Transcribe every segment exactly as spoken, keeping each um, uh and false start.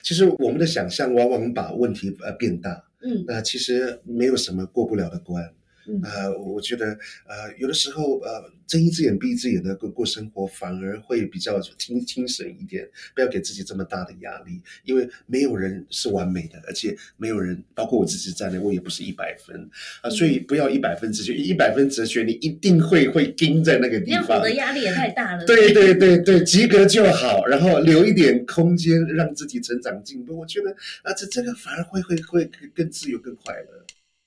其实我们的想象往往把问题呃变大， 嗯， 那、其实没有什么过不了的关。 嗯呃，我觉得呃有的时候呃睁一只眼闭一只眼的过过生活，反而会比较轻轻省一点，不要给自己这么大的压力，因为没有人是完美的，而且没有人，包括我自己在内，我也不是一百分啊、所以不要一百分哲学，一百分哲学你一定会会盯在那个地方， 那样我的压力也太大了。 对对对对，及格就好，然后留一点空间让自己成长进步。我觉得啊，这这个反而会会会更自由、更快乐。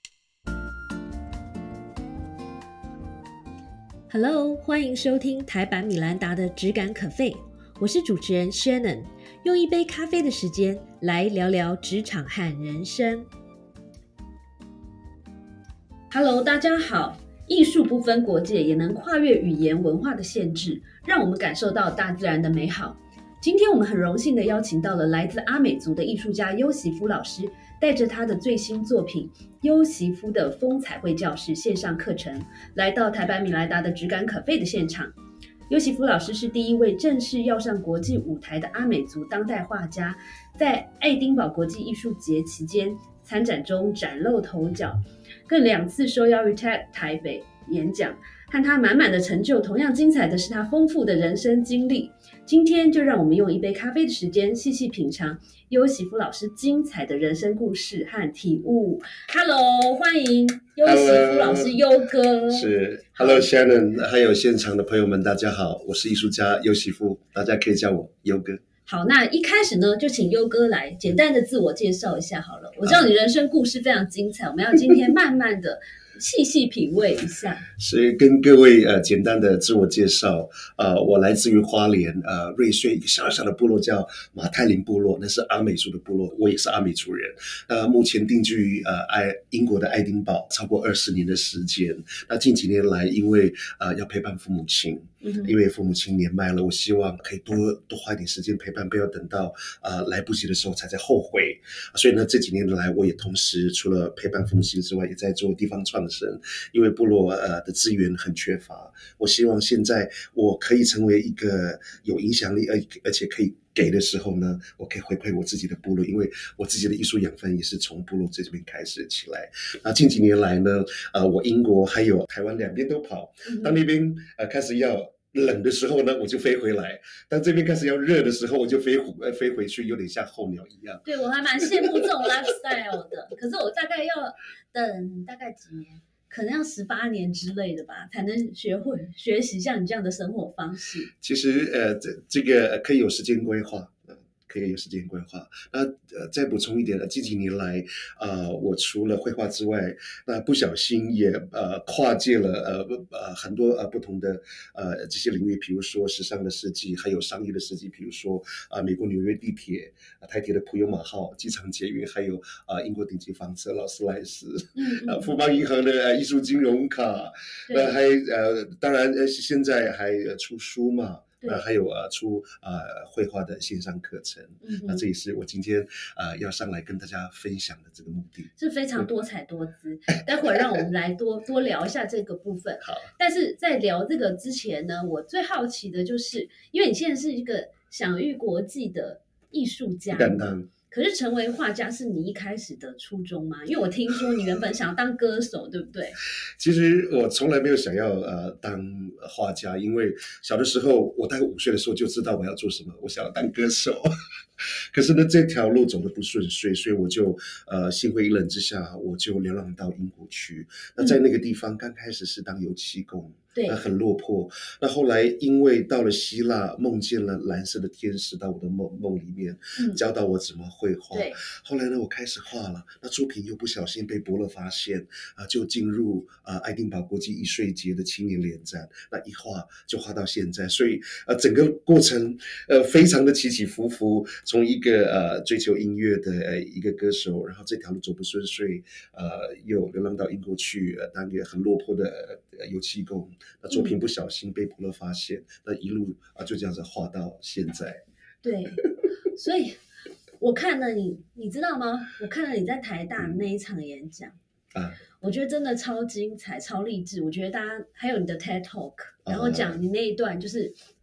Hello， 欢迎收听台版米兰达的质感可废，我是主持人 Shannon， 用一杯咖啡的时间来聊聊职场和人生。Hello， 大家好。艺术不分国界，也能跨越语言文化的限制，让我们感受到大自然的美好。今天我们很荣幸地邀请到了来自阿美族的艺术家优席夫老师，带着他的最新作品优席夫的风彩绘教室线上课程，来到台版米莱达的质感可废的现场。优席夫老师是第一位正式要上国际舞台的阿美族当代画家，在爱丁堡国际艺术节期间参展中崭露头角，更两次受邀于 T E D 台北演讲。和他满满的成就，同样精彩的是他丰富的人生经历。今天就让我们用一杯咖啡的时间，细细品尝优席夫老师精彩的人生故事和体悟。Hello， 欢迎优席夫老师优哥。 是 ，Hello Shannon， 还有现场的朋友们，大家好，我是艺术家优席夫，大家可以叫我优哥。 好，那一开始呢，就请优哥来简单的自我介绍一下好了。我知道你人生故事非常精彩，我们要今天慢慢的细细品味一下。 是跟各位呃简单的自我介绍，呃，我来自于花莲呃瑞穗一个小小的部落叫马太林部落，那是阿美族的部落，我也是阿美族人。呃，目前定居于呃爱英国的爱丁堡，超过二十年的时间。那近几年来，因为呃要陪伴父母亲。因为父母亲年迈了，我希望可以多多花一点时间陪伴，不要等到呃来不及的时候才在后悔。所以呢，这几年来我也同时除了陪伴父母亲之外，也在做地方创生。因为部落呃的资源很缺乏，我希望现在我可以成为一个有影响力而而且可以给的时候呢，我可以回馈我自己的部落，因为我自己的艺术养分也是从部落这边开始起来。那近几年来呢，呃，我英国还有台湾两边都跑，当那边呃开始要冷的时候呢，我就飞回来；当这边开始要热的时候，我就飞回飞回去，有点像候鸟一样。 对，我还蛮羡慕这种 lifestyle 的，可是我大概要等大概几年，可能要十八年之类的吧，才能学会学习像你这样的生活方式。 其实呃，这这个可以有时间规划。可以有时间规划。那呃，再补充一点，近几年来，呃，我除了绘画之外，那不小心也呃跨界了呃呃很多呃不同的呃这些领域，比如说时尚的设计，还有商业的设计，比如说啊、呃、美国纽约地铁、呃、台铁的普悠玛号、机场捷运，还有啊、呃、英国顶级房车劳斯莱斯， 嗯呃富邦银行的、呃、艺术金融卡，那还呃当然呃现在还、呃、出书嘛。那还有呃出呃绘画的线上课程，嗯、那这也是我今天呃要上来跟大家分享的这个目的， 是非常多彩多姿。待会儿让我们来多多聊一下这个部分。 好， 但是在聊这个之前呢，我最好奇的就是，因为你现在是一个享誉国际的艺术家， 敢当。 可是成为画家是你一开始的初衷吗？因为我听说你原本想要当歌手，对不对？ 其实我从来没有想要呃当画家，因为小的时候我大概五岁的时候就知道我要做什么，我想要当歌手。可是呢，这条路走得不顺遂，所以我就呃心灰意冷之下，我就流浪到英国去。那在那个地方，刚开始是当油漆工。 对， 那很落魄。那后来因为到了希腊，梦见了蓝色的天使到我的梦梦里面，嗯、教导我怎么绘画。 对， 后来呢，我开始画了，那作品又不小心被伯乐发现，啊、呃，就进入啊、呃、爱丁堡国际艺术节的青年联展，那一画就画到现在，所以呃整个过程呃非常的起起伏伏，从一个呃追求音乐的呃一个歌手，然后这条路走不顺遂，呃又流浪到英国去，呃当一个很落魄的呃油漆工。那作品不小心被伯乐发现，嗯、那一路啊就这样子画到现在。 对，所以我看了你，你知道吗？我看了你在台大那一场演讲，嗯、啊，我觉得真的超精彩、超励志。我觉得大家还有你的 TED Talk， 然后讲你那一段就是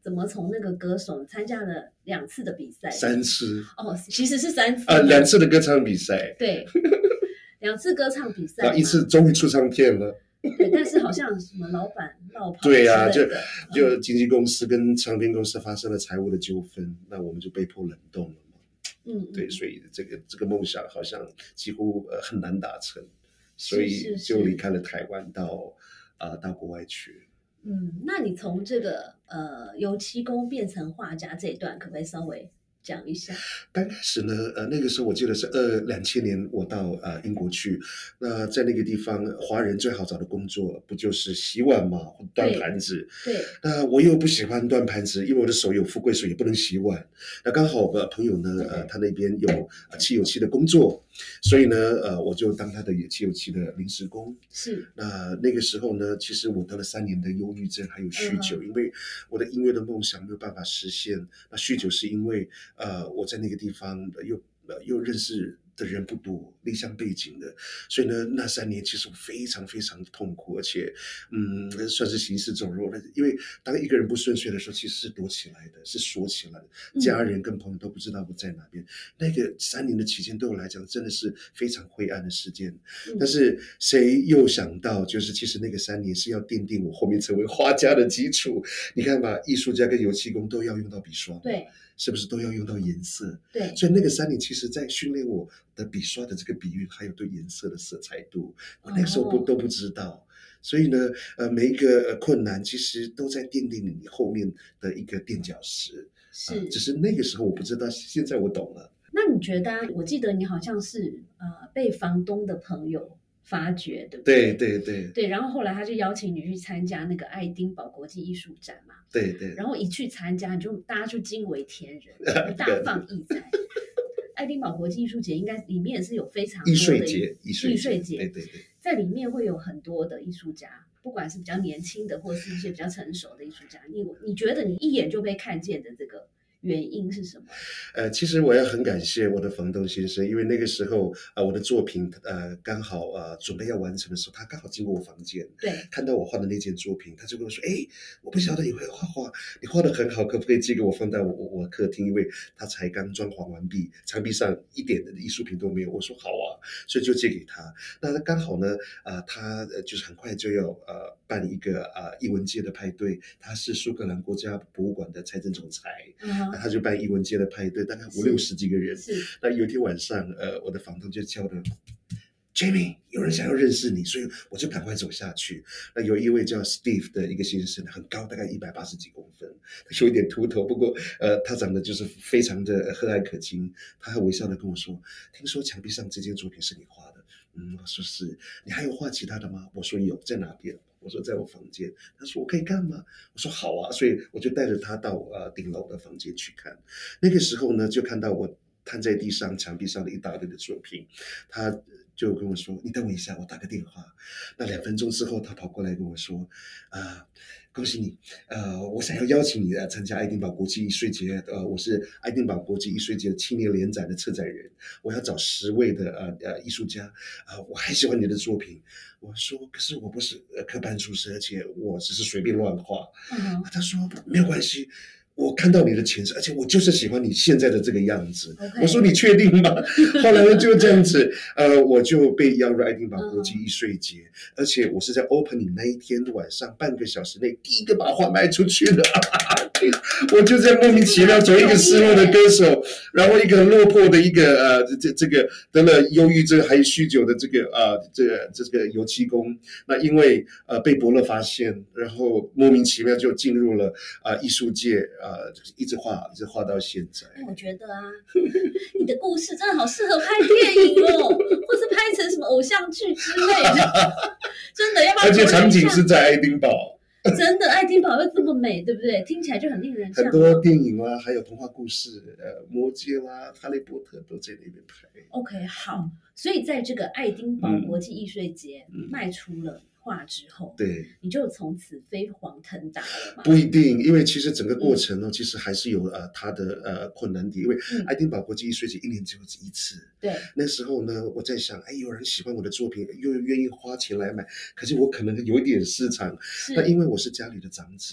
怎么从那个歌手参加了两次的比赛？ 三次哦，其实是三次啊，两次的歌唱比赛， 对，两次歌唱比赛， 然后一次终于出唱片了。 对，但是好像什么老板闹跑对呀、啊，就就嗯经纪公司跟唱片公司发生了财务的纠纷，那我们就被迫冷冻了嘛。 嗯， 对，所以这个这个梦想好像几乎呃很难达成，所以就离开了台湾到啊、呃、到国外去。 嗯，那你从这个呃油漆工变成画家这一段，可不可以稍微讲一下？ 刚开始呢，呃，那个时候我记得是二两千年，我到呃英国去，那在那个地方，华人最好找的工作不就是洗碗嘛，端盘子。 对。 那我又不喜欢端盘子，因为我的手有富贵手，也不能洗碗。那刚好我朋友呢，呃，他那边有呃漆油漆的工作，所以呢，呃，我就当他的漆油漆的临时工。 是。 那那个时候呢，其实我得了三年的忧郁症，还有酗酒，嗯、因为我的音乐的梦想没有办法实现。那酗酒是因为。呃，我在那个地方又呃又认识的人不多，离乡背景的，所以呢，那三年其实我非常非常的痛苦，而且嗯，算是行尸走肉了。因为当一个人不顺遂的时候，其实是躲起来的，是锁起来的，家人跟朋友都不知道我在哪边。嗯、那个三年的期间对我来讲真的是非常灰暗的时间。嗯、但是谁又想到，就是其实那个三年是要奠定我后面成为画家的基础。你看吧，艺术家跟油漆工都要用到笔刷， 对。 是不是都要用到颜色？ 对， 所以那个三年其实在训练我的笔刷的这个比喻，还有对颜色的色彩度，我那个时候不、哦、都不知道。所以呢，呃，每一个困难其实都在奠定你后面的一个垫脚石。 是、 呃，只是那个时候我不知道，现在我懂了。 那你觉得、啊？我记得你好像是呃被房东的朋友发掘，对不对？ 对对对对。然后后来他就邀请你去参加那个爱丁堡国际艺术展嘛。 对对。 然后一去参加，你就大家就惊为天人，大放异彩。爱丁堡国际艺术节应该里面也是有非常多的艺术节， 艺术节， 对对对， 在里面会有很多的艺术家，不管是比较年轻的，或是一些比较成熟的艺术家。你你觉得你一眼就被看见的这个原因是什么？ 呃，其实我要很感谢我的房东先生，因为那个时候呃我的作品呃刚好呃准备要完成的时候，他刚好经过我房间， 对， 看到我画的那件作品，他就跟我说：“哎，我不晓得你会画画，你画得很好，可不可以寄给我放在我我我客厅？因为他才刚装潢完毕，墙壁上一点的艺术品都没有。”我说：“好啊。”所以就借给他。那刚好呢，呃，他就是很快就要呃办一个呃艺文界的派对，他是苏格兰国家博物馆的财政总裁，嗯、那他就办艺文界的派对，大概五六十几个人。那有一天晚上，呃，我的房东就叫的 Jamie， 有人想要认识你，所以我就赶快走下去。那有一位叫 Steve 的一个先生，很高，大概一百八十几公分，他有一点秃头，不过呃，他长得就是非常的和蔼可亲。他还微笑的跟我说：“听说墙壁上这件作品是你画的？”嗯，我说是。你还有画其他的吗？我说有，在哪边？我说在我房间。他说我可以看吗？我说好啊，所以我就带着他到呃顶楼的房间去看。那个时候呢，就看到我摊在地上墙壁上的一大堆的作品，他就跟我说：“你等我一下，我打个电话。”那两分钟之后，他跑过来跟我说：“啊、呃，恭喜你，呃，我想要邀请你来参加爱丁堡国际艺术节，呃，我是爱丁堡国际艺术节的青年联展的策展人，我要找十位的呃呃艺术家，啊、呃，我还喜欢你的作品。”我说：“可是我不是科班出身，而且我只是随便乱画。嗯”他说：“没有关系。”我看到你的潜质，而且我就是喜欢你现在的这个样子。Okay. 我说你确定吗？后来就这样子，呃，我就被邀入爱丁堡国际艺术节，嗯、而且我是在 opening 那一天晚上半个小时内第一个把画卖出去的。我就这样莫名其妙从一个失落的歌手，然后一个落魄的一个呃这这个得了忧郁症还有酗酒的这个啊、呃、这个这个油漆工，那因为呃被伯乐发现，然后莫名其妙就进入了啊、呃、艺术界。呃，一直画，一直画到现在。 我觉得啊，你的故事真的好适合拍电影哦，或是拍成什么偶像剧之类的。真的，要不要？ 而且场景是在爱丁堡。 真的，爱丁堡又这么美，对不对？听起来就很令人向往。 很多电影啦，还有童话故事，呃，魔戒啦，哈利波特都在那边拍。 OK， 好，所以在这个爱丁堡国际艺术节卖出了画之后， 对， 你就从此飞黄腾达了吗？ 不一定，因为其实整个过程呢，嗯、其实还是有呃它的呃困难点，因为爱丁堡国际艺术节一年只有一次。 对， 那时候呢，我在想，哎，有人喜欢我的作品，又愿意花钱来买，可是我可能有一点市场。那因为我是家里的长子，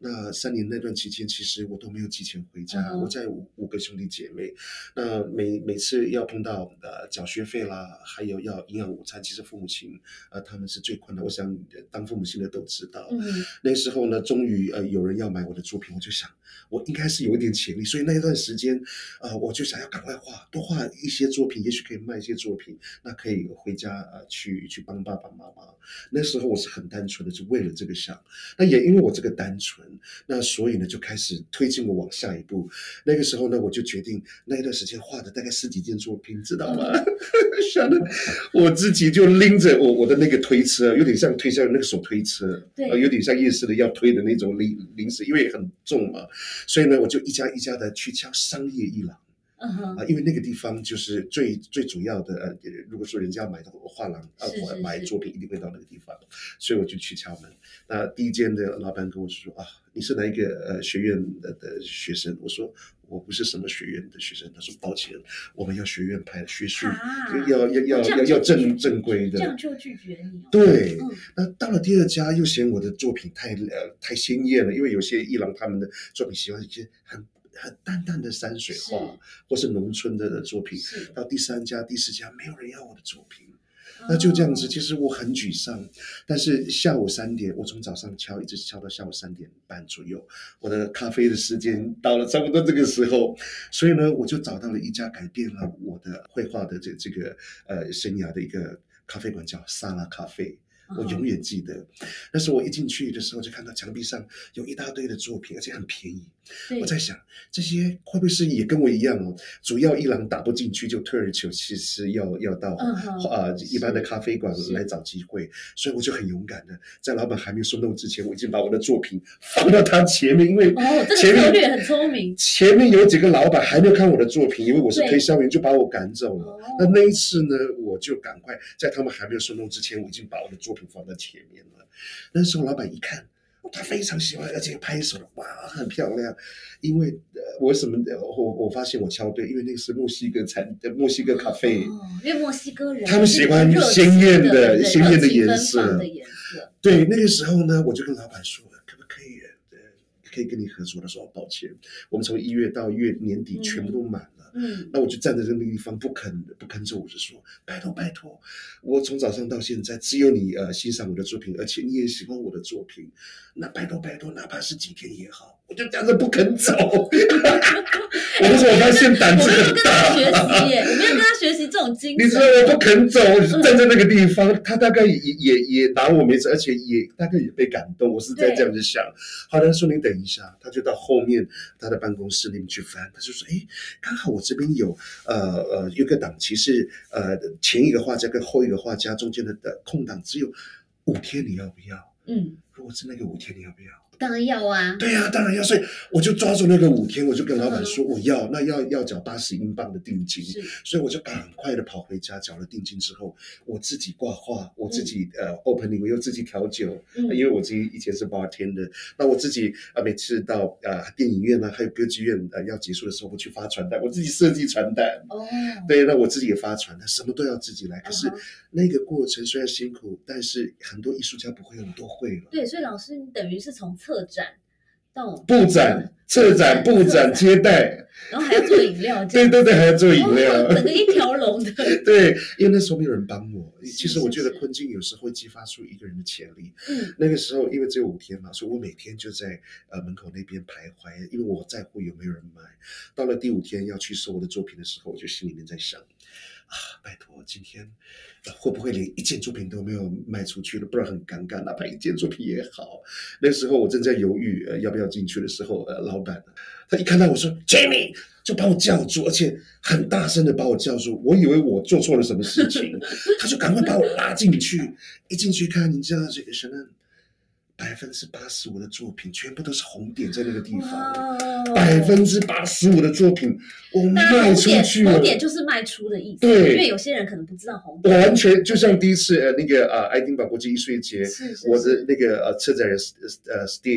那三年那段期间，其实我都没有寄钱回家。 嗯、 我在五五个兄弟姐妹，那每每次要碰到呃缴学费啦，还有要营养午餐，其实父母亲呃他们是最困难。我想当父母亲的都知道。 嗯， 那时候呢，终于呃有人要买我的作品，我就想我应该是有一点潜力，所以那一段时间呃我就想要赶快画，多画一些作品，也许可以卖一些作品，那可以回家呃去去帮爸爸妈妈。那时候我是很单纯的，就为了这个想。那也因为我这个单纯，那所以呢就开始推进我往下一步。那个时候呢，我就决定那一段时间画的大概十几件作品，知道吗？想的我自己就拎着我我的那个推车，有点像推销那个手推车， 对、 呃，有点像夜市的要推的那种零零食，因为很重嘛，所以呢，我就一家一家的去敲商业艺廊。 嗯哼， 啊，因为那个地方就是最最主要的，呃，如果说人家要买到画廊啊，买作品一定会到那个地方，所以我就去敲门。那第一间的老板跟我说啊，你是哪一个呃学院的的学生？我说我不是什么学院的学生。他说抱歉，我们要学院派学术， 啊、 要要要要要正正规的， 这样就拒绝你、哦。 对、 嗯， 那到了第二家又嫌我的作品太呃太鲜艳了，因为有些艺廊他们的作品喜欢一些很。很淡淡的山水画，或是农村的作品。到第三家、第四家，没有人要我的作品，那就这样子。其实我很沮丧，但是下午三点，我从早上敲一直敲到下午三点半左右，我的咖啡的时间到了，差不多这个时候，所以呢，我就找到了一家改变了我的绘画的这这个呃生涯的一个咖啡馆，叫沙拉咖啡。我永远记得，那时候我一进去的时候就看到墙壁上有一大堆的作品，而且很便宜。我在想，这些会不会是也跟我一样哦？主要一廊打不进去，就退而求其次，要要到啊、uh-huh, 呃、一般的咖啡馆来找机会。所以我就很勇敢的，在老板还没有松动之前，我已经把我的作品放到他前面，因为哦，这个策略很聪明。 前面有几个老板还没有看我的作品，因为我是推销员，就把我赶走了。那那一次呢，我就赶快在他们还没有松动之前，我已经把我的作品放在前面了。那时候老板一看，他非常喜欢，而且拍手，哇，很漂亮。因为呃，为什么我我发现我敲对，因为那个是墨西哥产的墨西哥咖啡， 哦，因为墨西哥人他们喜欢鲜艳的鲜艳的颜色。 对，那个时候呢，我就跟老板说，可不可以呃，可以跟你合作？他说抱歉，我们从一月到月年底全部都满了。嗯，那我就站在这个地方不肯不肯走，我就说拜托拜托，我从早上到现在只有你呃欣赏我的作品，而且你也喜欢我的作品，那拜托拜托，哪怕是几天也好，我就这样子不肯走。我那时候我发现胆子很大， 我们要跟他学习耶，我们要跟他学习这种精神。 你知道我不肯走，我就站在那个地方，嗯、他大概也也也拿我没辙，而且也大概也被感动。我是在这样子想。好的，说你等一下，他就到后面他的办公室里面去翻，他就说：“哎，刚好我这边有呃呃有个档期是呃前一个画家跟后一个画家中间的的空档只有五天，你要不要？嗯，如果是那个五天，你要不要？” 当然要啊， 对呀、啊，当然要，所以我就抓住那个五天，我就跟老板说我要，那要要缴八十英镑的定金，所以我就赶快的跑回家缴了定金之后，我自己挂画，我自己、嗯、呃 opening， 我又自己调酒、嗯，因为我自己以前是 bartender， 那我自己呃每次到呃电影院啊，还有歌剧院呃要结束的时候，我去发传单，我自己设计传单，哦，对，那我自己也发传单，什么都要自己来，可是那个过程虽然辛苦，但是很多艺术家不会，我们都会了。 对，所以老师你等于是从策展到布展、策展、布展、接待， 然后还要做饮料， 对对对，还要做饮料， 哦、整个一条龙的。 对，因为那时候没有人帮我。其实我觉得困境有时候会激发出一个人的潜力。嗯，那个时候因为只有五天嘛，所以我每天就在呃门口那边徘徊，因为我在乎有没有人买。到了第五天要去收我的作品的时候，我就心里面在想。啊，拜托，今天、呃、会不会连一件作品都没有卖出去了？不然很尴尬，哪怕一件作品也好。那时候我正在犹豫、呃、要不要进去的时候，呃，老板他一看到我说 Jamie 就把我叫住，而且很大声的把我叫住。我以为我做错了什么事情，他就赶快把我拉进去。一进去看，你知道这个什么？百分之八十五的作品全部都是红点在那个地方，百分之八十五的作品我卖出去了。 红点就是卖出的意思， 对， 因为有些人可能不知道红点。 我完全就像第一次呃那个呃爱丁堡国际艺术节，我的那个呃策展人呃 Steve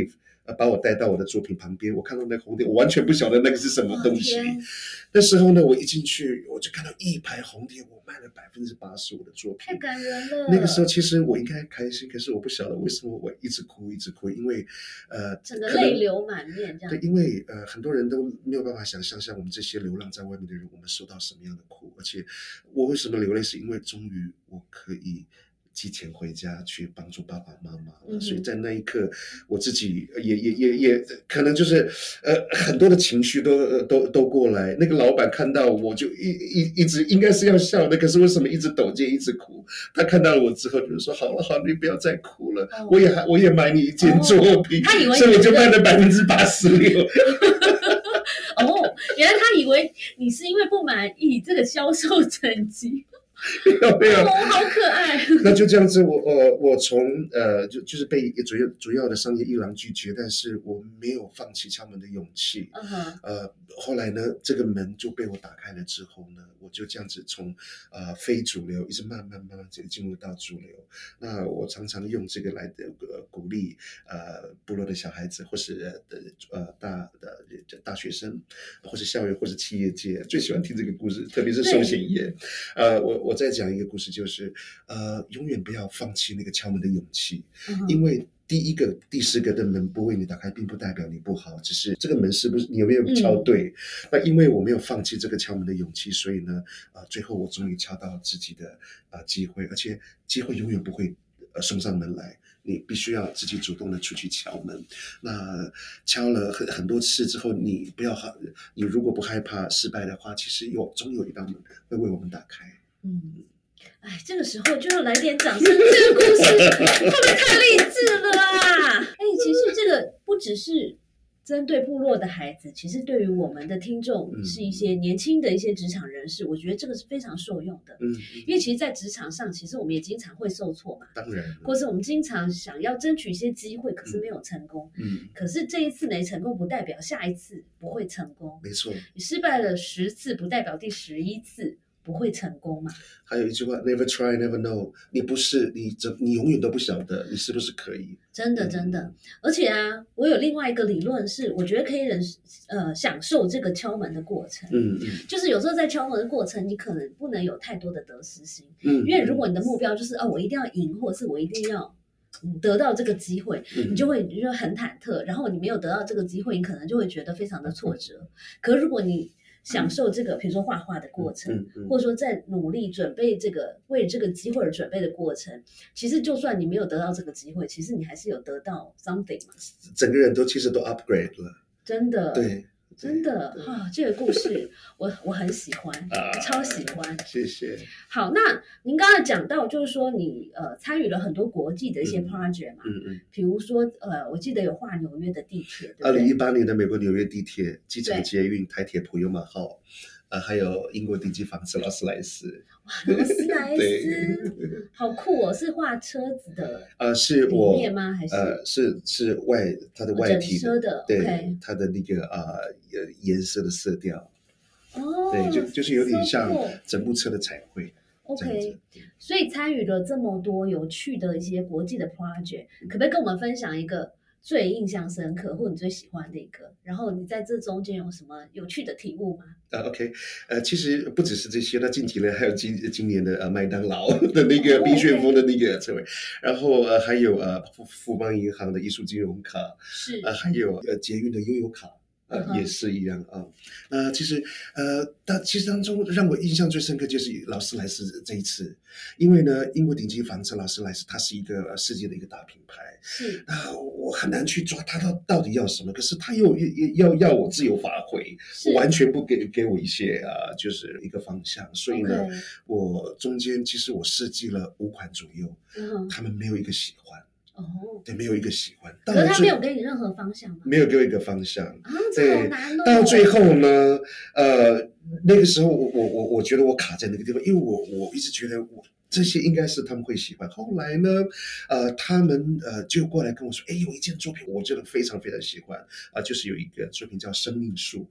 呃把我带到我的作品旁边，我看到那个红点，我完全不晓得那个是什么东西。 天那时候呢，我一进去我就看到一排红点，我卖了百分之八十五的作品， 太感人了。 那个时候其实我应该开心，可是我不晓得为什么我一直哭一直哭，因为呃整个泪流满面这样。 对，因为呃很多人都没有办法想象像我们这些流浪在外面的人，我们受到什么样的苦。而且我为什么流泪，是因为终于我可以寄钱回家去帮助爸爸妈妈了。 嗯、 所以在那一刻，我自己也也也也可能就是呃很多的情绪都、呃、都都过来。那个老板看到我就一一一直应该是要笑的，可是为什么一直抖肩一直哭？他看到了我之后就是说好了好了，你不要再哭了，哦、我也我也买你一件作品， 哦、他以为所以我就卖了百分之八十六。 哦，原来他以为你是因为不满意这个销售成绩。 没有没有， 哦，好可爱。 那就这样子，我呃，我从呃，就就是被主要主要的商业艺廊拒绝，但是我没有放弃敲门的勇气。 嗯哼。 呃，后来呢，这个门就被我打开了之后呢，我就这样子从呃非主流一直慢慢慢慢进入到主流。那我常常用这个来的呃鼓励呃部落的小孩子，或是呃呃大的大学生，或是校园或是企业界，最喜欢听这个故事，特别是寿险业。呃，我我再讲一个故事，就是呃，永远不要放弃那个敲门的勇气，嗯、因为第一个、第十个的门不为你打开，并不代表你不好，只是这个门是不是你有没有敲对？嗯、那因为我没有放弃这个敲门的勇气，所以呢，呃，最后我终于敲到自己的呃机会，而且机会永远不会呃送上门来。你必须要自己主动的出去敲门，那敲了很很多次之后，你不要你如果不害怕失败的话，其实有总有一道门会为我们打开。 嗯，哎，这个时候就要来点掌声，这个故事会不会太励志了啊？哎，其实这个不只是针对部落的孩子，其实对于我们的听众是一些年轻的一些职场人士，嗯、我觉得这个是非常受用的。嗯，因为其实，在职场上，其实我们也经常会受挫嘛， 当然， 或是我们经常想要争取一些机会，可是没有成功。嗯，可是这一次没成功，不代表下一次不会成功。 没错， 你失败了十次，不代表第十一次不会成功嘛？ 还有一句话 ，Never try, never know。你不是你，你永远都不晓得你是不是可以。 真的，真的。嗯、而且啊，我有另外一个理论是，我觉得可以人呃享受这个敲门的过程。嗯嗯。就是有时候在敲门的过程，你可能不能有太多的得失心。嗯。因为如果你的目标就是哦，我一定要赢，或者是我一定要得到这个机会，嗯、你就会你就会很忐忑，然后你没有得到这个机会，你可能就会觉得非常的挫折。可是如果你享受这个，比如说画画的过程，嗯嗯、或者说在努力准备这个为这个机会而准备的过程，其实就算你没有得到这个机会，其实你还是有得到 something 嘛。 整个人都其实都 upgrade 了， 真的， 对， 真的啊、哦，这个故事我我很喜欢，啊、超喜欢， 谢谢。 好，那您刚才讲到，就是说你呃参与了很多国际的一些 project 嘛，嗯嗯，比如说呃，我记得有画纽约的地铁， 二零一八年的美国纽约地铁、机场捷运、台铁普悠玛号，呃，还有英国顶级房子劳斯莱斯。 哇，劳斯莱斯，好酷哦！是画车子的， 呃，是我里面吗？还是呃，是是外它的外体的，的对， okay. 它的那个呃颜色的色调。 哦， 对，就就是有点像整部车的彩绘。 OK， 所以参与了这么多有趣的一些国际的 project，、嗯、可不可以跟我们分享一个最印象深刻或你最喜欢的一个？然后你在这中间有什么有趣的体悟吗？ 呃、uh, OK， 呃，其实不只是这些，那近几年还有今今年的呃麦当劳的那个冰旋风的那个车位， oh, okay. 然后呃还有呃富富邦银行的艺术金融卡， 是呃还有呃捷运的悠游卡。呃， uh-huh. 也是一样啊。那、呃、其实，呃，但其实当中让我印象最深刻就是劳斯莱斯这一次，因为呢，英国顶级房车劳斯莱斯它是一个世界的一个大品牌， 是啊，我很难去抓它到到底要什么，可是它又要要我自由发挥，完全不给给我一些啊、呃，就是一个方向。所以呢， okay. 我中间其实我设计了五款左右，嗯，他们没有一个喜欢。 哦， 对，没有一个喜欢。 可是他没有给你任何方向吗？ 没有给我一个方向啊，这好难哦。 到最后呢，呃，那个时候我我我我觉得我卡在那个地方，因为我我一直觉得我这些应该是他们会喜欢。后来呢，呃，他们呃就过来跟我说，哎，有一件作品我真的非常非常喜欢啊、呃，就是有一个作品叫《生命树》。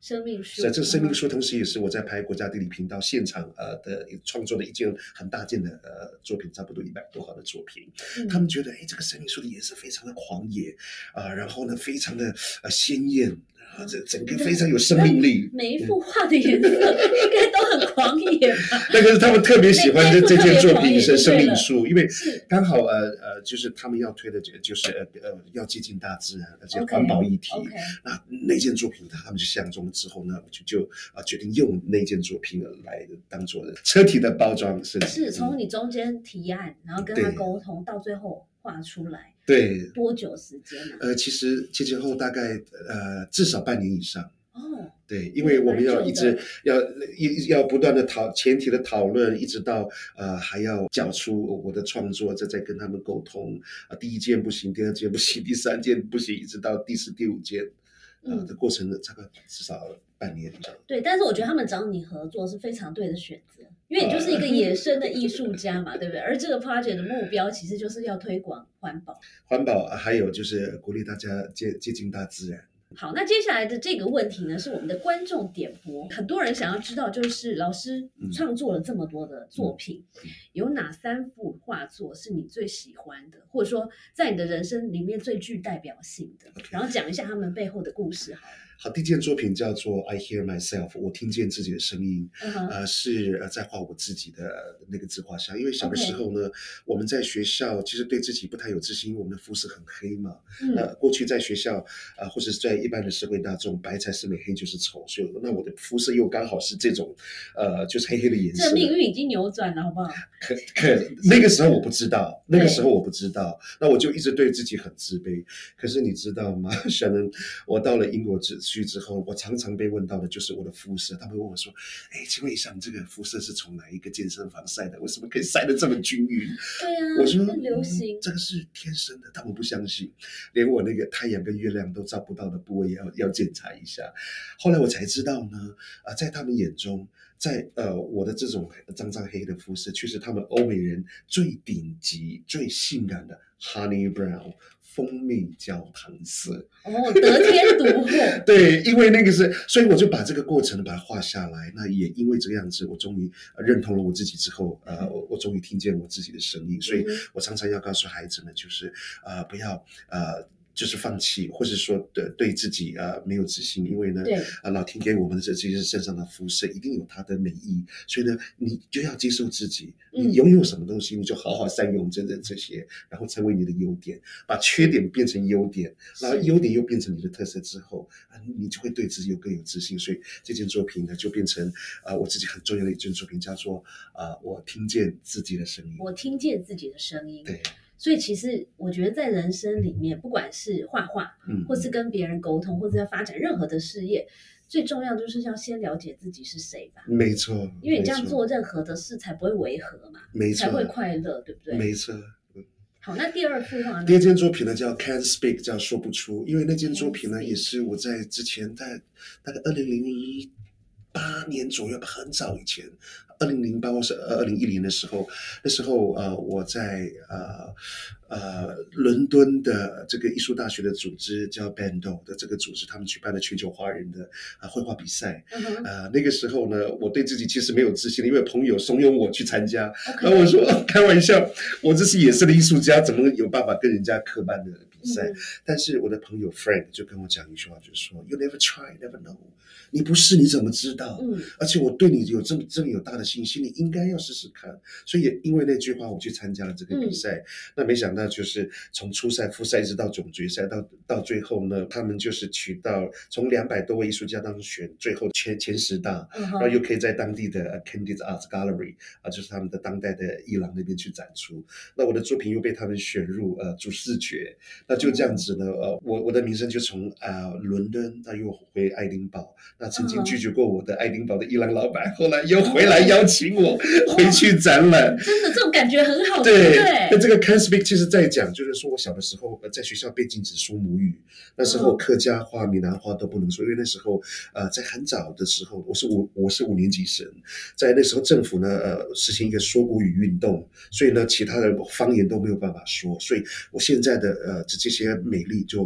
生命树， 在这个生命树，同时也是我在拍国家地理频道现场呃的创作的一件很大件的呃作品，差不多一百多号的作品。嗯、他们觉得，哎，这个生命树的颜色非常的狂野啊、呃，然后呢，非常的呃鲜艳。啊，这整个非常有生命力。 每一幅画的颜色应该都很狂野吧？ 那个是他们特别喜欢的这件作品是生命树，因为刚好呃呃，就是他们要推的就是呃呃要接近大自然，而且环保议题。 Okay, okay. 那那件作品他们就相中了之后呢，我就就啊、呃、决定用那件作品来当做车体的包装，是是从你中间提案，然后跟他沟通，到最后画出来。 对， 多久时间呢、啊？ 呃，其实前前后大概呃至少半年以上。 哦， 对，因为我们要一直要要不断的讨前提的讨论，一直到呃还要缴出我的创作，再再跟他们沟通啊、呃，第一件不行，第二件不行，第三件不行，一直到第四、第五件，啊、呃，这过程大概至少半年以上。 对，但是我觉得他们找你合作是非常对的选择。因为你就是一个野生的艺术家嘛，对不对？而这个 project 的目标其实就是要推广环保， 环保还有就是鼓励大家接接近大自然。 好，那接下来的这个问题呢，是我们的观众点播，很多人想要知道，就是老师创作了这么多的作品，嗯嗯、有哪三幅画作是你最喜欢的，或者说在你的人生里面最具代表性的？ Okay. 然后讲一下他们背后的故事好了。 好，第一件作品叫做 I Hear Myself， 我听见自己的声音， uh-huh. 呃，是呃在画我自己的那个自画像。因为小的时候呢， okay. 我们在学校其实对自己不太有自信，因为我们的肤色很黑嘛。嗯、呃，过去在学校啊、呃，或者是在一般的社会大众，白才是美，黑就是丑，所以那我的肤色又刚好是这种，呃，就是黑黑的颜色。 这命运已经扭转了，好不好？ 可可那个时候我不知道，那个时候我不知道，那我就一直对自己很自卑。可是你知道吗？可能我到了英国之去之后，我常常被问到的就是我的肤色。他们问我说：“哎，请问一下，你这个肤色是从哪一个健身房晒的？为什么可以晒得这么均匀？” 对啊， 我说：“ 很流行、 嗯，这个是天生的。”他们不相信，连我那个太阳跟月亮都照不到的部位要要检查一下。后来我才知道呢，啊、呃，在他们眼中，在呃我的这种脏脏黑的肤色，却是他们欧美人最顶级、最性感的 honey brown。蜂蜜焦糖色哦，得天独厚。 对，因为那个是，所以我就把这个过程把它画下来。那也因为这个样子，我终于认同了我自己之后，呃，我我终于听见我自己的声音。所以我常常要告诉孩子们，就是呃，不要呃。就是放弃，或是说对对自己啊、呃、没有自信，因为呢，啊、呃、老天给我们的这这些身上的肤色一定有它的美意，所以呢，你就要接受自己，你拥有什么东西，你就好好善用这这这些，然后成为你的优点，把缺点变成优点，然后优点又变成你的特色之后，啊、呃，你就会对自己有更有自信。所以这件作品呢，就变成啊、呃、我自己很重要的一件作品，叫做啊、呃、我听见自己的声音， 我听见自己的声音， 对。 所以其实我觉得在人生里面，不管是画画，嗯，或是跟别人沟通，或者要发展任何的事业，最重要就是要先了解自己是谁吧。 没错， 因为你这样做任何的事才不会违和嘛， 没错， 才会快乐，对不对？ 没错。 好，那第二幅画呢？ 第二件作品呢叫 Can't Speak， 叫说不出。因为那件作品呢，也是我在之前在大概二零零八年左右，很早以前。二零零八或是二零一零的时候，那时候呃我在呃呃伦敦的这个艺术大学的组织叫 Bando 的这个组织，他们举办了全球华人的呃绘画比赛。Uh-huh. 呃那个时候呢，我对自己其实没有自信，因为朋友怂恿我去参加。Okay. 然后我说、哦、开玩笑，我这是野生的艺术家，怎么有办法跟人家科班的比赛？嗯、但是我的朋友 Frank 就跟我讲一句话，就是说 You never try, never know。你不试你怎么知道？嗯，而且我对你有这么这么有大的信心，你应该要试试看。所以也因为那句话，我去参加了这个比赛。嗯、那没想到就是从初赛、复赛一直到总决赛，到到最后呢，他们就是取到从两百多位艺术家当中选最后前前十大，嗯、然后又可以在当地的 Candid Arts Gallery 啊，就是他们的当代的艺廊那边去展出。那我的作品又被他们选入呃主视觉，那就这样子呢，呃，我我的名声就从啊、呃、伦敦，那又回爱丁堡。那曾经拒绝过我的爱丁堡的伊朗老板，后来又回来邀请我回去展览。 真的，这种感觉很好。 对，那这个 Can't Speak 其实在讲，就是说我小的时候在学校被禁止说母语，那时候客家话、闽南话都不能说，因为那时候呃在很早的时候，我是五我是五年级生，在那时候政府呢呃实行一个说国语运动，所以呢其他的方言都没有办法说，所以我现在的呃这这些美丽就。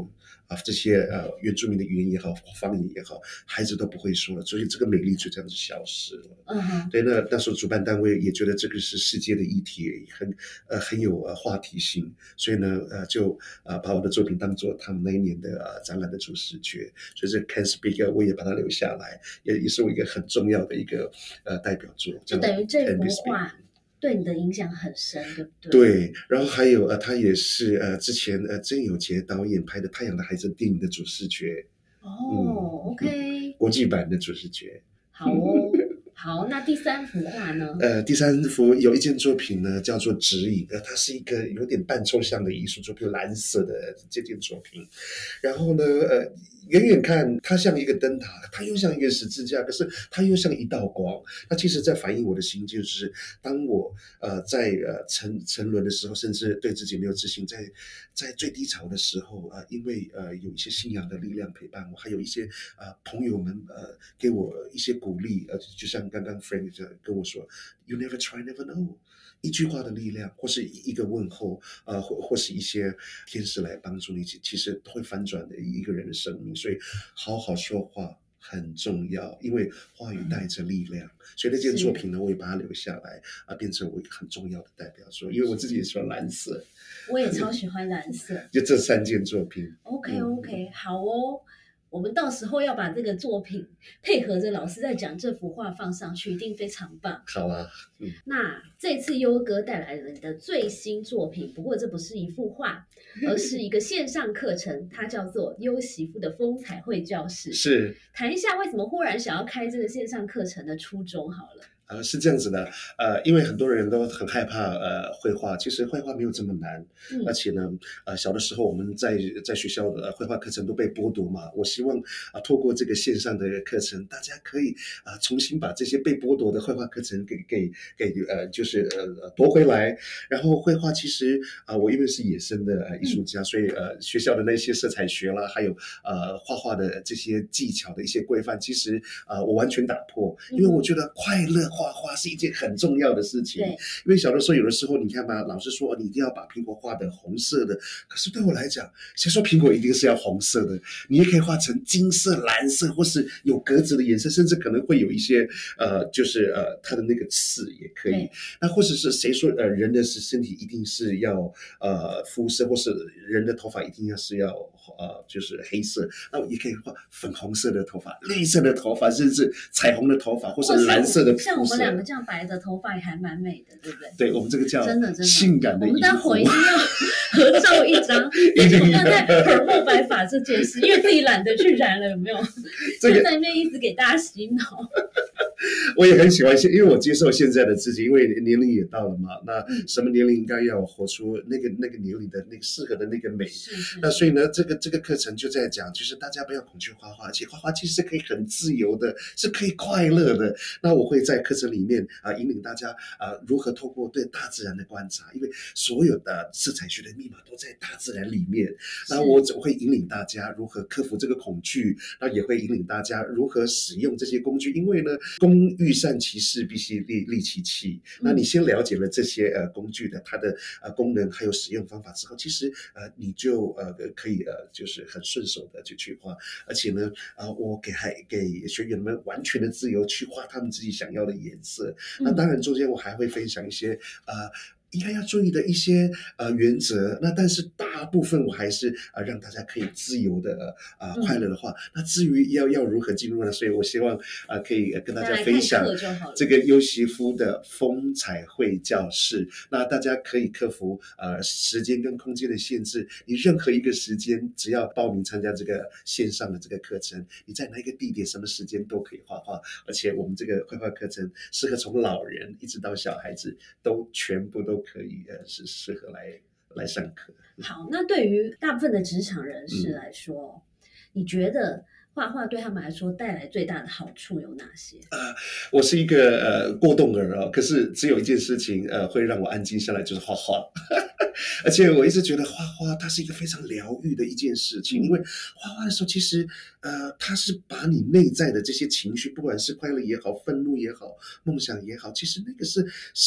啊这些呃原住民的语言也好，方言也好，孩子都不会说了，所以这个美丽就这样子消失了。 嗯哼， 对，那那时候主办单位也觉得这个是世界的议题，很呃很有呃话题性，所以呢呃就呃把我的作品当做他们那一年的呃展览的主视觉，所以这 Can Speak 我也把它留下来，也也是我一个很重要的一个呃代表作， 就等于这 Can 幅 We Speak。 画对你的影响很深，对不对？ 对，然后还有呃，他也是呃之前呃曾有杰导演拍的《太阳的孩子》电影的主视觉， 哦，OK， 国际版的主视觉。 好哦，好，那第三幅画呢？ 呃，第三幅有一件作品呢，叫做《指引》，呃，它是一个有点半抽象的艺术作品，蓝色的这件作品。然后呢，呃，远远看它像一个灯塔，它又像一个十字架，可是它又像一道光。那其实在反映我的心境，就是当我呃在呃沉沉沦的时候，甚至对自己没有自信，在在最低潮的时候，呃，因为呃有一些信仰的力量陪伴我，还有一些呃朋友们呃给我一些鼓励，呃，就像刚刚 Frank 跟我说 ，You never try, never know。一句话的力量，或是一个问候，呃，或或是一些天使来帮助你，其其实会翻转的一个人的生命。所以，好好说话很重要，因为话语带着力量。所以那件作品呢，我也把它留下来，啊，变成我一个很重要的代表作。因为我自己也喜欢蓝色， 我也超喜欢蓝色。 就这三件作品。 OK OK，、嗯、好哦。我们到时候要把这个作品配合着老师在讲这幅画放上去，一定非常棒。 好啊， 嗯。那这次优哥带来了你的最新作品，不过这不是一幅画，而是一个线上课程，它叫做优媳妇的风采绘教室。 是， 谈一下为什么忽然想要开这个线上课程的初衷好了。 呃，是这样子的，呃，因为很多人都很害怕呃绘画，其实绘画没有这么难，嗯、而且呢，呃，小的时候我们在在学校的绘画课程都被剥夺嘛，我希望啊、呃，透过这个线上的课程，大家可以啊、呃、重新把这些被剥夺的绘画课程给给给呃就是呃夺回来，然后绘画其实啊、呃，我因为是野生的呃艺术家，嗯、所以呃学校的那些色彩学啦，还有呃画画的这些技巧的一些规范，其实啊、呃、我完全打破，因为我觉得快乐。画画是一件很重要的事情，因为小的时候有的时候你看嘛，老师说你一定要把苹果画的红色的，可是对我来讲，谁说苹果一定是要红色的？你也可以画成金色、蓝色，或是有格子的颜色，甚至可能会有一些呃，就是呃它的那个刺也可以。那或者是谁说呃人的身体一定是要呃肤色，或是人的头发一定要是要呃就是黑色，那我也可以画粉红色的头发、绿色的头发，甚至彩虹的头发，或是蓝色的肤色。 我们两个这样白的头发也还蛮美的，对不对？ 对，我们这个叫真的真的性感的。 我们待会一定要合照一张，一定要在耳后白发这件事，因为自己懒得去染了，有没有？这个在那边一直给大家洗脑。 我也很喜欢现，因为我接受现在的自己，因为年龄也到了嘛。那什么年龄应该要活出那个那个年龄的那个适合的那个美。 是是那所以呢，这个这个课程就在讲，就是大家不要恐惧画画，而且画画其实是可以很自由的，是可以快乐的。那我会在课程里面啊、呃、引领大家啊、呃、如何透过对大自然的观察，因为所有的色彩学的密码都在大自然里面。那我总会引领大家如何克服这个恐惧，那也会引领大家如何使用这些工具，因为呢。工欲善其事，必须利利其器。那你先了解了这些呃工具的它的呃功能还有使用方法之后，其实呃你就呃可以呃就是很顺手的就去画，而且呢呃我给还给学员们完全的自由去画他们自己想要的颜色。嗯、那当然中间我还会分享一些呃。应该要注意的一些呃原则，那但是大部分我还是呃让大家可以自由的呃快乐的话，嗯、那至于要要如何进入呢？所以我希望呃可以跟大家分享这个优媳妇的风采绘教室。那大家可以克服呃时间跟空间的限制，你任何一个时间只要报名参加这个线上的这个课程，你在哪一个地点、什么时间都可以画画，而且我们这个绘画课程适合从老人一直到小孩子都全部都。可以呃是适合来来上课。 好，那对于大部分的职场人士来说，嗯、你觉得画画对他们来说带来最大的好处有哪些？ 呃，我是一个呃过动儿啊，可是只有一件事情呃会让我安静下来，就是画画。而且我一直觉得画画它是一个非常疗愈的一件事情，因为画画的时候其实呃它是把你内在的这些情绪，不管是快乐也好、愤怒也好、梦想也好，其实那个是是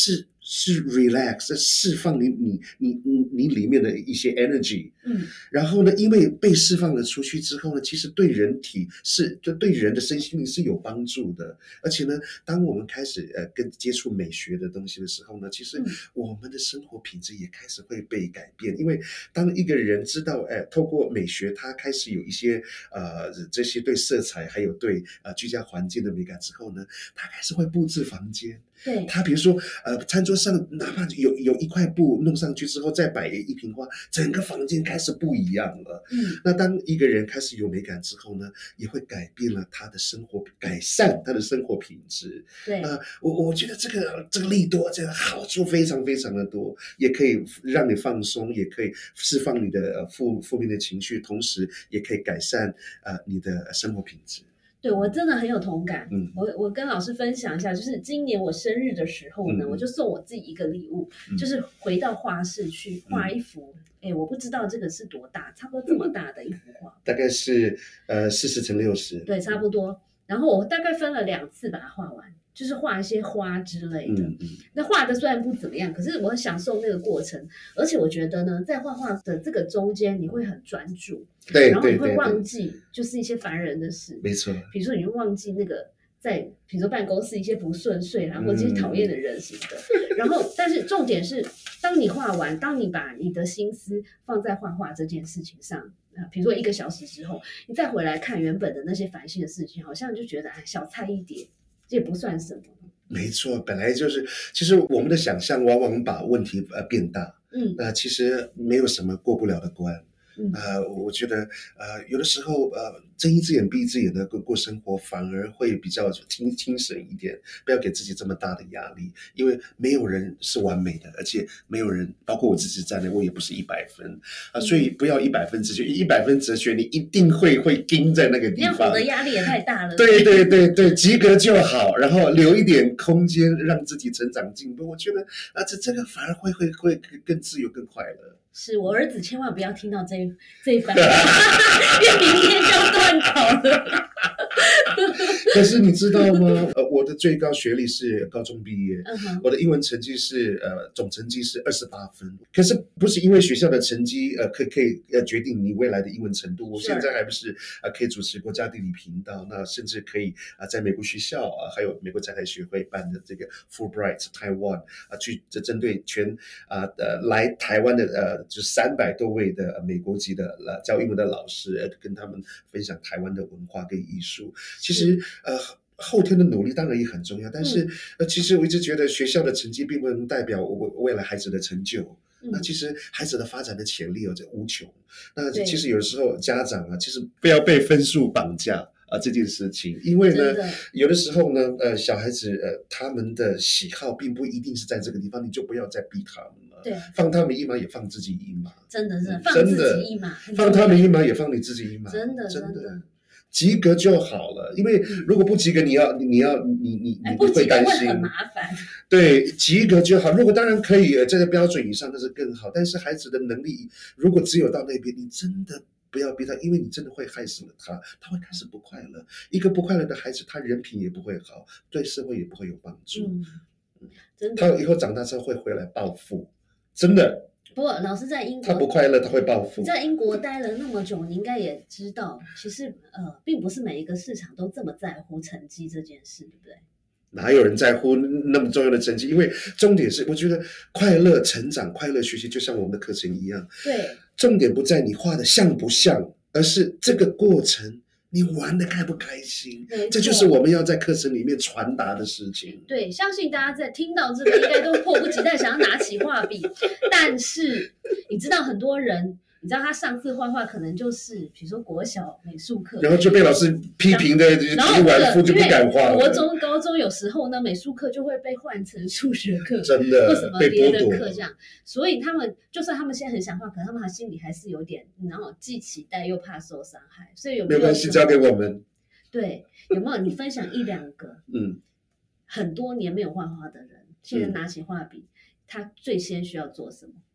是 relax，释放你你你你你里面的一些 energy， 嗯， 然后呢，因为被释放了出去之后呢，其实对人体是就对人的身心灵是有帮助的，而且呢，当我们开始呃跟接触美学的东西的时候呢，其实我们的生活品质也开始会被改变，因为当一个人知道，哎、呃，透过美学，他开始有一些呃这些对色彩还有对呃居家环境的美感之后呢，他开始会布置房间。 对， 他比如说，呃，餐桌上哪怕有有一块布弄上去之后，再摆一瓶花，整个房间开始不一样了。 嗯， 那当一个人开始有美感之后呢，也会改变了他的生活，改善他的生活品质。 对， 那、呃、我我觉得这个这个利多，这个好处非常非常的多，也可以让你放松，也可以释放你的负负面的情绪，同时也可以改善呃你的生活品质。 对，我真的很有同感。 嗯， 我我跟老师分享一下，就是今年我生日的时候呢， 嗯、 我就送我自己一个礼物， 嗯、 就是回到画室去画一幅。哎、嗯，我不知道这个是多大，差不多这么大的一幅画， 大概是呃四十乘六十， 对，差不多。然后我大概分了两次把它画完，就是画一些花之类的。 嗯嗯， 那画的虽然不怎么样，可是我很享受那个过程，而且我觉得呢，在画画的这个中间，你会很专注， 对， 然后你会忘记就是一些烦人的事， 没错。 比如说你会忘记那个在，比如说办公室一些不顺遂啦，或者是讨厌的人什么的。嗯、然后，但是重点是，当你画完，当你把你的心思放在画画这件事情上。比如说一个小时之后，你再回来看原本的那些烦心的事情，好像就觉得哎，小菜一碟，这也不算什么。 没错，本来就是，其实我们的想象往往把问题呃变大，嗯，那、呃、其实没有什么过不了的关。嗯、呃，我觉得呃，有的时候呃，睁一只眼闭一只眼的过过生活，反而会比较轻轻省一点，不要给自己这么大的压力，因为没有人是完美的，而且没有人，包括我自己在内，我也不是一百分啊、呃，所以不要一百分哲学，一百分哲学你一定会会盯在那个地方， 那我的压力也太大了。 对对对对，及格就好，然后留一点空间让自己成长进步，我觉得啊，这这个反而会会会更自由更快乐。 是我儿子千万不要听到这一这一番话，因为明天就要段考了。 可是你知道吗？呃，我的最高学历是高中毕业， uh-huh. 我的英文成绩是呃总成绩是二十八分。可是不是因为学校的成绩呃可可以呃决定你未来的英文程度。我现在还不是呃可以主持国家地理频道，那甚至可以啊、呃、在美国学校啊、呃、还有美国在台学会办的这个 Fulbright Taiwan 啊、呃、去针对全啊 呃, 呃来台湾的呃就三百多位的、呃、美国籍的呃教英文的老师，呃跟他们分享台湾的文化跟艺术。其实呃后天的努力当然也很重要，但是、嗯、呃其实我一直觉得学校的成绩并不能代表我未来孩子的成就。嗯、那其实孩子的发展的潜力有着无穷。那其实有的时候家长啊，其实不要被分数绑架啊这件事情，因为呢，有的时候呢，呃，小孩子呃他们的喜好并不一定是在这个地方，你就不要再逼他们了。 对， 放他们一马也放自己一马。 真的是放自己一马， 放他们一马也放你自己一马。 真的真的。 真的及格就好了，因为如果不及格，你要你要你你你会担心， 会很麻烦。 对，及格就好。如果当然可以，在这标准以上那是更好。但是孩子的能力如果只有到那边，你真的不要逼他，因为你真的会害死了他，他会开始不快乐。一个不快乐的孩子，他人品也不会好，对社会也不会有帮助。嗯，真的，他以后长大之后会回来报复，真的。 不过老师在英国， 他不快乐，他会报复。 你在英国待了那么久，你应该也知道，其实呃，并不是每一个市场都这么在乎成绩这件事，对不对？ 哪有人在乎那么重要的成绩？因为重点是，我觉得快乐成长、快乐学习，就像我们的课程一样。 对， 重点不在你画的像不像，而是这个过程。你玩得开不开心？这就是我们要在课程里面传达的事情。 对，相信大家在听到这个，应该都迫不及待想要拿起画笔。但是你知道，很多人，你知道他上次画画可能就是，比如说国小美术课， 然后就被老师批评的， 然后完肤就不敢画了。 国中、高中有时候呢，美术课就会被换成数学课， 真的， 或什么别的课这样。所以他们就算他们现在很想画，可能他们心里还是有点，然后既期待又怕受伤害。所以有没有没关系，交给我们。 对，有没有你分享一两个？ 嗯， 很多年没有画画的人，现在拿起画笔，嗯、他最先需要做什么？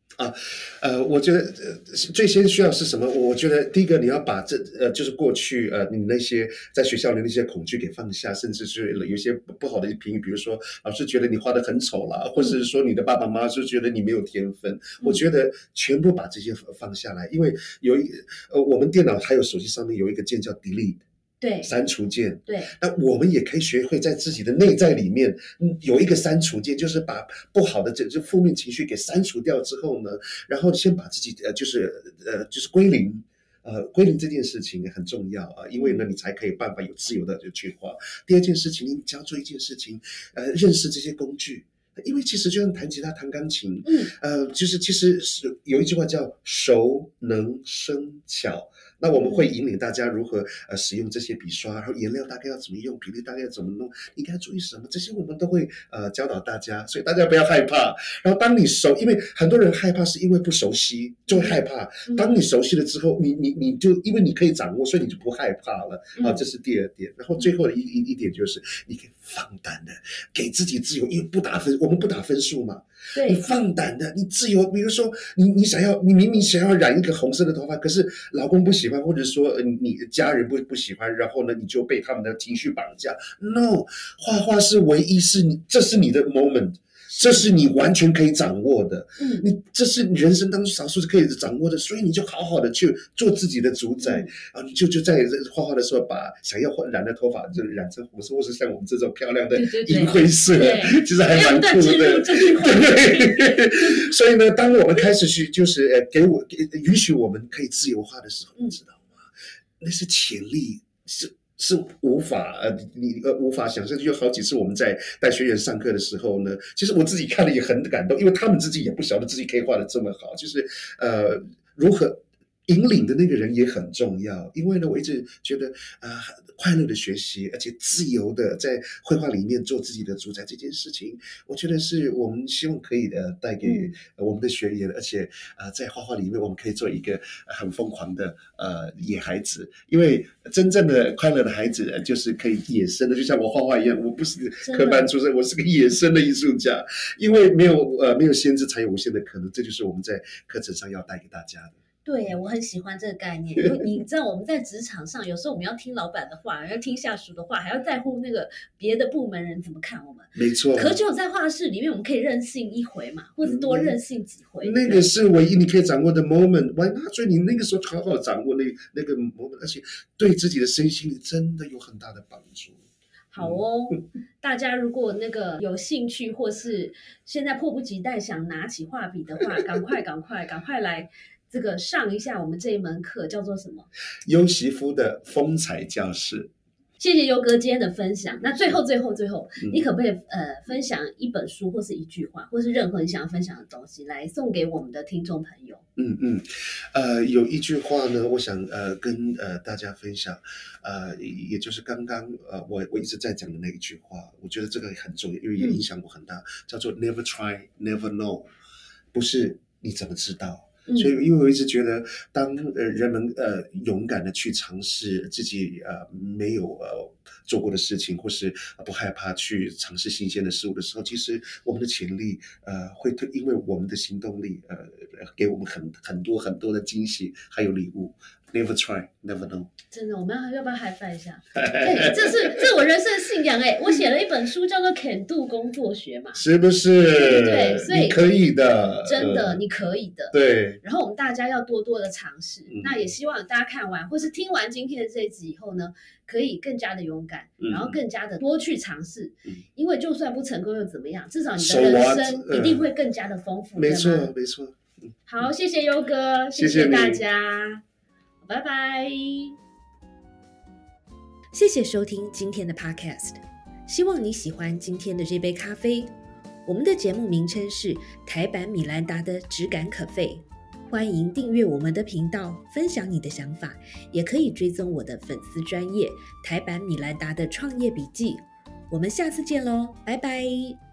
啊，呃，我觉得呃最先需要是什么？我觉得第一个你要把这呃，就是过去呃你那些在学校里那些恐惧给放下，甚至是有一些不不好的评语，比如说老师觉得你画得很丑啦，或者是说你的爸爸妈妈就觉得你没有天分。嗯、我觉得全部把这些放下来，因为有一呃我们电脑还有手机上面有一个键叫 delete。 对， 删除键。 对， 那我们也可以学会在自己的内在里面有一个删除键，就是把不好的这这负面情绪给删除掉之后呢，然后先把自己呃就是呃就是归零。呃，归零这件事情很重要啊，因为呢，你才可以办法有自由的去画。第二件事情，你只要做一件事情，呃，认识这些工具。因为其实就像弹吉他、弹钢琴，嗯，呃，就是其实是有一句话叫熟能生巧。那我们会引领大家如何呃使用这些笔刷，然后颜料大概要怎么用，比例大概要怎么弄，应该注意什么，这些我们都会呃教导大家，所以大家不要害怕。然后当你熟，因为很多人害怕是因为不熟悉，就会害怕。当你熟悉了之后，你你你就因为你可以掌握，所以你就不害怕了啊，这是第二点。然后最后的一一一点就是，你可以放胆的给自己自由，因为不打分，我们不打分数嘛。你放胆的，你自由。比如说，你你想要，你明明想要染一个红色的头发，可是老公不喜欢，或者说你家人不不喜欢，然后呢，你就被他们的情绪绑架。No， 画画是唯一是你，这是你的 moment。这是你完全可以掌握的，嗯，你这是人生当中少数是可以掌握的，所以你就好好的去做自己的主宰，嗯、啊，你就就在画画的时候，把想要染的头发就染成红色，或是像我们这种漂亮的银灰色，对对对，其实还蛮酷的。对，所以呢，当我们开始去就是呃给我给允许我们可以自由画的时候，你知道吗？那是潜力是。是无法呃你呃无法想象，就有好几次我们在带学员上课的时候呢，其实我自己看了也很感动，因为他们自己也不晓得自己可以画得这么好，就是呃如何引领的那个人也很重要，因为呢我一直觉得啊、呃、快乐的学习，而且自由的在绘画里面做自己的主宰这件事情，我觉得是我们希望可以呃带给我们的学员，而且呃在画画里面我们可以做一个很疯狂的呃野孩子，因为真正的快乐的孩子就是可以野生的，就像我画画一样，我不是科班出身，我是个野生的艺术家，因为没有呃没有限制才有无限的可能，这就是我们在课程上要带给大家的。 对，我很喜欢这个概念。因为你知道我们在职场上，有时候我们要听老板的话，要听下属的话，还要在乎那个别的部门人怎么看我们。 没错。 可只有在画室里面，我们可以任性一回嘛，或者多任性几回。 嗯、那个是唯一你可以掌握的 moment。Why not？ 所以你那个时候好好掌握那那个 moment， 而且对自己的身心里真的有很大的帮助。 好哦，大家如果那个有兴趣，或是现在迫不及待想拿起画笔的话，赶快赶快赶快来这个上一下我们这一门课，叫做什么？ 优席夫的风采教室。 谢谢优哥今天的分享。那最后最后最后，嗯、你可不可以呃分享一本书，或是一句话，或是任何你想要分享的东西，来送给我们的听众朋友？ 嗯嗯，呃，有一句话呢，我想呃跟呃大家分享，呃，也就是刚刚呃我我一直在讲的那一句话，我觉得这个很重要，因为也影响我很大，嗯、叫做 Never try, never know， 不是你怎么知道。所以，因为我一直觉得，当呃人们呃勇敢的去尝试自己呃没有呃做过的事情，或是不害怕去尝试新鲜的事物的时候，其实我们的潜力呃会推，因为我们的行动力呃给我们很很多很多的惊喜，还有礼物。Never try, never know。 真的，我们要要不要 high five 一下？对，这是这是我人生的信仰哎！我写了一本书，叫做《Can Do 工作学》嘛， 是不是？ 对对，所以你可以的， 真的，你可以的。 对。 然后我们大家要多多的尝试，嗯、那也希望大家看完或是听完今天的这一集以后呢，可以更加的勇敢，嗯、然后更加的多去尝试。嗯、因为就算不成功又怎么样？至少你的人生一定会更加的丰富。 没错，没错。 好，谢谢优哥，谢谢大家。拜拜！谢谢收听今天的 Podcast， 希望你喜欢今天的这杯咖啡。我们的节目名称是台版米兰达的质感可废，欢迎订阅我们的频道，分享你的想法，也可以追踪我的粉丝专页台版米兰达的创业笔记。我们下次见喽，拜拜！